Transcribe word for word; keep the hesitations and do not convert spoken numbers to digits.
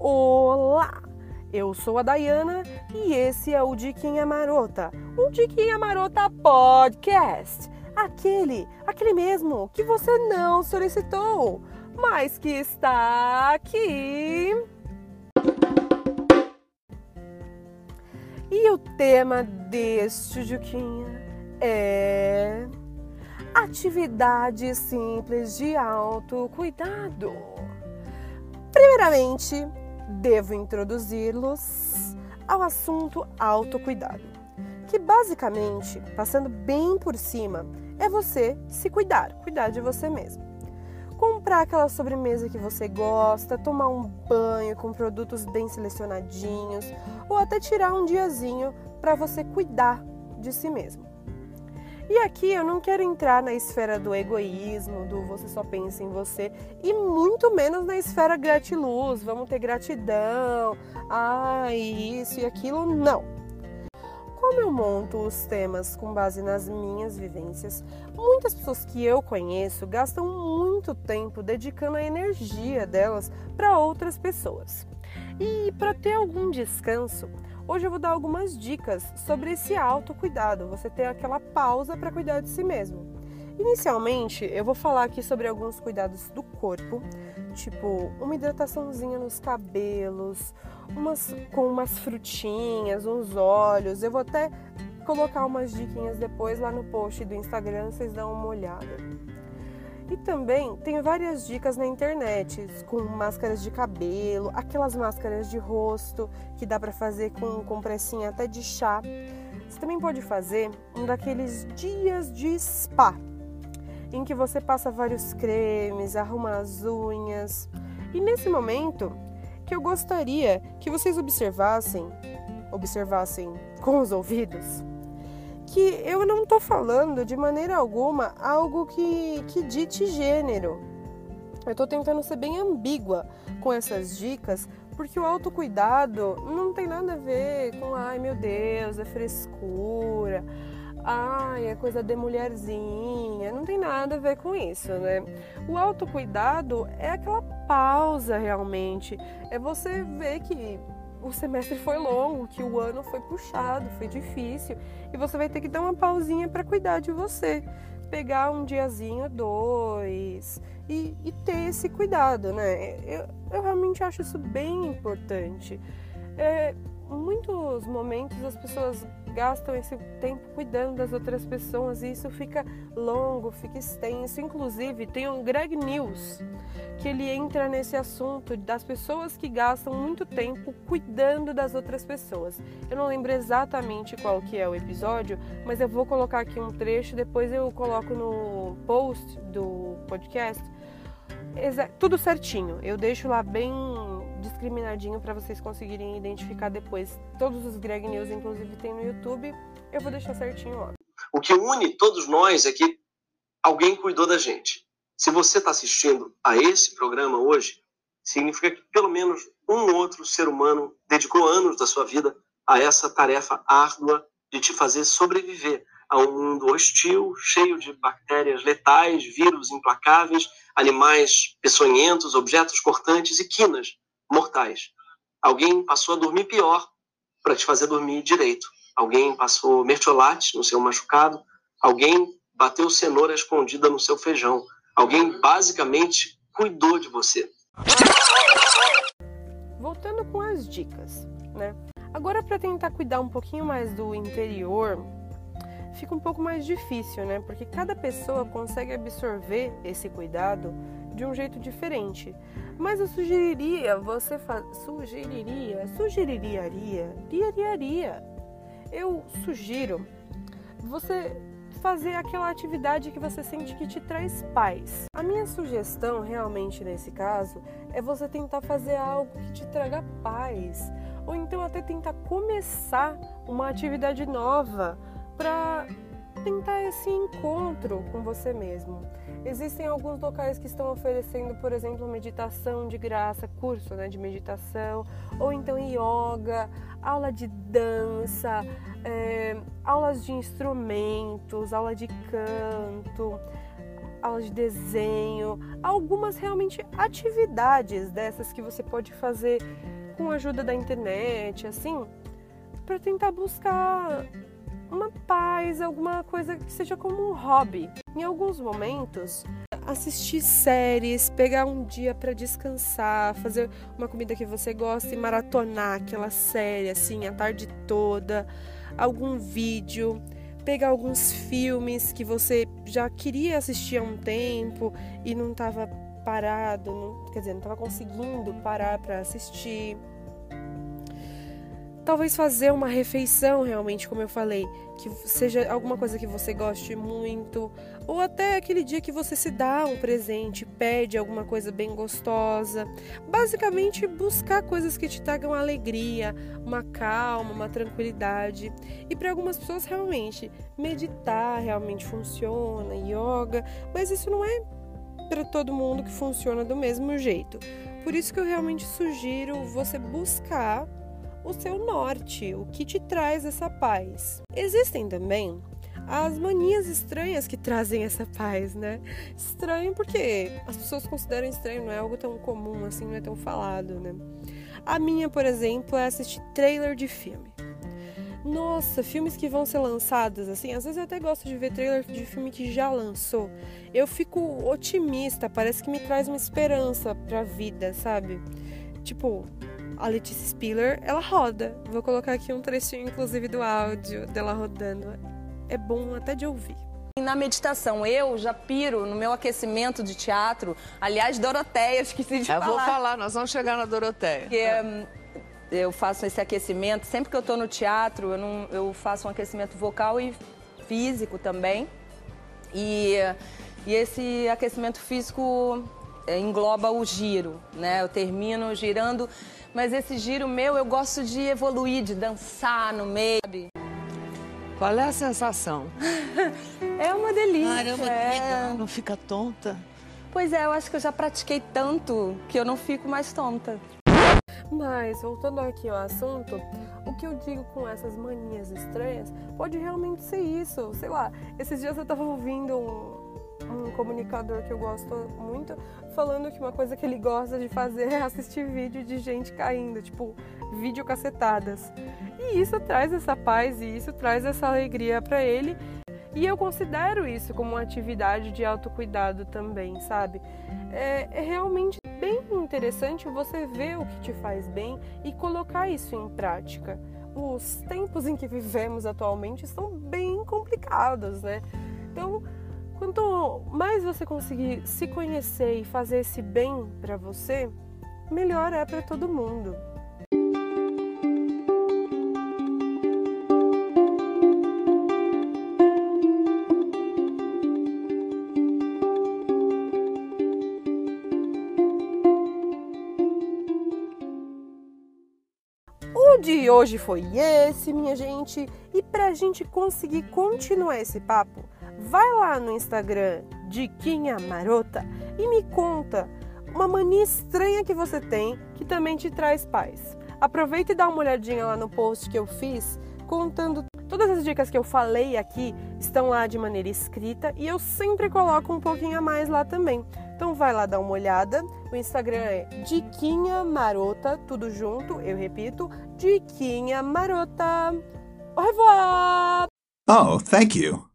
Olá! Eu sou a Dayana e esse é o Diquinha Marota, o Diquinha Marota Podcast. Aquele, aquele mesmo que você não solicitou, mas que está aqui. E o tema deste Diquinha é atividades simples de autocuidado. Primeiramente, devo introduzi-los ao assunto autocuidado, que basicamente, passando bem por cima, é você se cuidar, cuidar de você mesmo. Comprar aquela sobremesa que você gosta, tomar um banho com produtos bem selecionadinhos, ou até tirar um diazinho para você cuidar de si mesmo. E aqui eu não quero entrar na esfera do egoísmo, do você só pensa em você, e muito menos na esfera gratiluz, vamos ter gratidão, ah, isso e aquilo, não. Como eu monto os temas com base nas minhas vivências, muitas pessoas que eu conheço gastam muito tempo dedicando a energia delas para outras pessoas. E para ter algum descanso, hoje eu vou dar algumas dicas sobre esse autocuidado, você ter aquela pausa para cuidar de si mesmo. Inicialmente, eu vou falar aqui sobre alguns cuidados do corpo, tipo uma hidrataçãozinha nos cabelos, umas, com umas frutinhas, uns óleos. Eu vou até colocar umas diquinhas depois lá no post do Instagram, vocês dão uma olhada. E também tem várias dicas na internet, com máscaras de cabelo, aquelas máscaras de rosto que dá para fazer com compressinha até de chá. Você também pode fazer um daqueles dias de spa, em que você passa vários cremes, arruma as unhas. E nesse momento que eu gostaria que vocês observassem, observassem com os ouvidos, que eu não estou falando de maneira alguma algo que, que dite gênero. Eu estou tentando ser bem ambígua com essas dicas, porque o autocuidado não tem nada a ver com, ai meu Deus, é frescura, ai, é coisa de mulherzinha, não tem nada a ver com isso, né? O autocuidado é aquela pausa realmente, é você ver que o semestre foi longo, que o ano foi puxado, foi difícil, e você vai ter que dar uma pausinha para cuidar de você, pegar um diazinho, dois, e, e ter esse cuidado, né? Eu, eu realmente acho isso bem importante. É, em muitos momentos as pessoas gastam esse tempo cuidando das outras pessoas e isso fica longo, fica extenso. Inclusive, tem um Greg News que ele entra nesse assunto das pessoas que gastam muito tempo cuidando das outras pessoas. Eu não lembro exatamente qual que é o episódio, mas eu vou colocar aqui um trecho, depois eu coloco no post do podcast, tudo certinho. Eu deixo lá bem discriminadinho para vocês conseguirem identificar depois. Todos os Greg News, inclusive, tem no YouTube. Eu vou deixar certinho lá. O que une todos nós é que alguém cuidou da gente. Se você está assistindo a esse programa hoje, significa que pelo menos um outro ser humano dedicou anos da sua vida a essa tarefa árdua de te fazer sobreviver a um mundo hostil, cheio de bactérias letais, vírus implacáveis, animais peçonhentos, objetos cortantes e quinas mortais. Alguém passou a dormir pior para te fazer dormir direito. Alguém passou mertiolate no seu machucado. Alguém bateu cenoura escondida no seu feijão. Alguém basicamente cuidou de você. Voltando com as dicas, né? Agora, para tentar cuidar um pouquinho mais do interior, fica um pouco mais difícil, né? Porque cada pessoa consegue absorver esse cuidado de um jeito diferente. Mas eu sugeriria, você fa... sugeriria, sugeriria, sugeriria, eu sugiro você fazer aquela atividade que você sente que te traz paz. A minha sugestão realmente nesse caso é você tentar fazer algo que te traga paz, ou então até tentar começar uma atividade nova para tentar esse encontro com você mesmo. Existem alguns locais que estão oferecendo, por exemplo, meditação de graça, curso, né, de meditação, ou então yoga, aula de dança, é, aulas de instrumentos, aula de canto, aula de desenho, algumas realmente atividades dessas que você pode fazer com a ajuda da internet, assim, para tentar buscar uma paz, alguma coisa que seja como um hobby. Em alguns momentos, assistir séries, pegar um dia para descansar, fazer uma comida que você gosta e maratonar aquela série assim a tarde toda, algum vídeo, pegar alguns filmes que você já queria assistir há um tempo e não estava parado, não, quer dizer, não estava conseguindo parar para assistir. Talvez fazer uma refeição realmente, como eu falei, que seja alguma coisa que você goste muito, ou até aquele dia que você se dá um presente, pede alguma coisa bem gostosa. Basicamente, buscar coisas que te tragam alegria, uma calma, uma tranquilidade. E para algumas pessoas, realmente, meditar realmente funciona, yoga, mas isso não é para todo mundo que funciona do mesmo jeito. Por isso que eu realmente sugiro você buscar o seu norte, o que te traz essa paz. Existem também as manias estranhas que trazem essa paz, né? Estranho porque as pessoas consideram estranho, não é algo tão comum assim, não é tão falado, né? A minha, por exemplo, é assistir trailer de filme. Nossa, filmes que vão ser lançados, assim, às vezes eu até gosto de ver trailer de filme que já lançou. Eu fico otimista, parece que me traz uma esperança pra vida, sabe? Tipo, a Letícia Spiller, ela roda. Vou colocar aqui um trechinho, inclusive, do áudio dela rodando. É bom até de ouvir. Na meditação, eu já piro no meu aquecimento de teatro. Aliás, Doroteia, esqueci de eu falar. Eu vou falar, nós vamos chegar na Doroteia. Porque, ah. eu faço esse aquecimento. Sempre que eu tô no teatro, eu, não, eu faço um aquecimento vocal e físico também. E, e esse aquecimento físico engloba o giro, né? Eu termino girando, mas esse giro meu, eu gosto de evoluir, de dançar no meio, sabe? Qual é a sensação? É uma delícia. Caramba, é... que legal, não fica tonta? Pois é, eu acho que eu já pratiquei tanto que eu não fico mais tonta. Mas, voltando aqui ao assunto, o que eu digo com essas manias estranhas pode realmente ser isso. Sei lá, esses dias eu tava ouvindo um... um comunicador que eu gosto muito, falando que uma coisa que ele gosta de fazer é assistir vídeo de gente caindo, tipo, videocassetadas. E isso traz essa paz e isso traz essa alegria pra ele. E eu considero isso como uma atividade de autocuidado também, sabe? É, é realmente bem interessante você ver o que te faz bem e colocar isso em prática. Os tempos em que vivemos atualmente estão bem complicados, né? Então, quanto mais você conseguir se conhecer e fazer esse bem para você, melhor é para todo mundo. O de hoje foi esse, minha gente. E para a gente conseguir continuar esse papo, vai lá no Instagram, Diquinha Marota, e me conta uma mania estranha que você tem que também te traz paz. Aproveita e dá uma olhadinha lá no post que eu fiz, contando todas as dicas que eu falei aqui, estão lá de maneira escrita e eu sempre coloco um pouquinho a mais lá também. Então vai lá dar uma olhada. O Instagram é Diquinha Marota, tudo junto, eu repito, Diquinha Marota. Au revoir! Oh, thank you.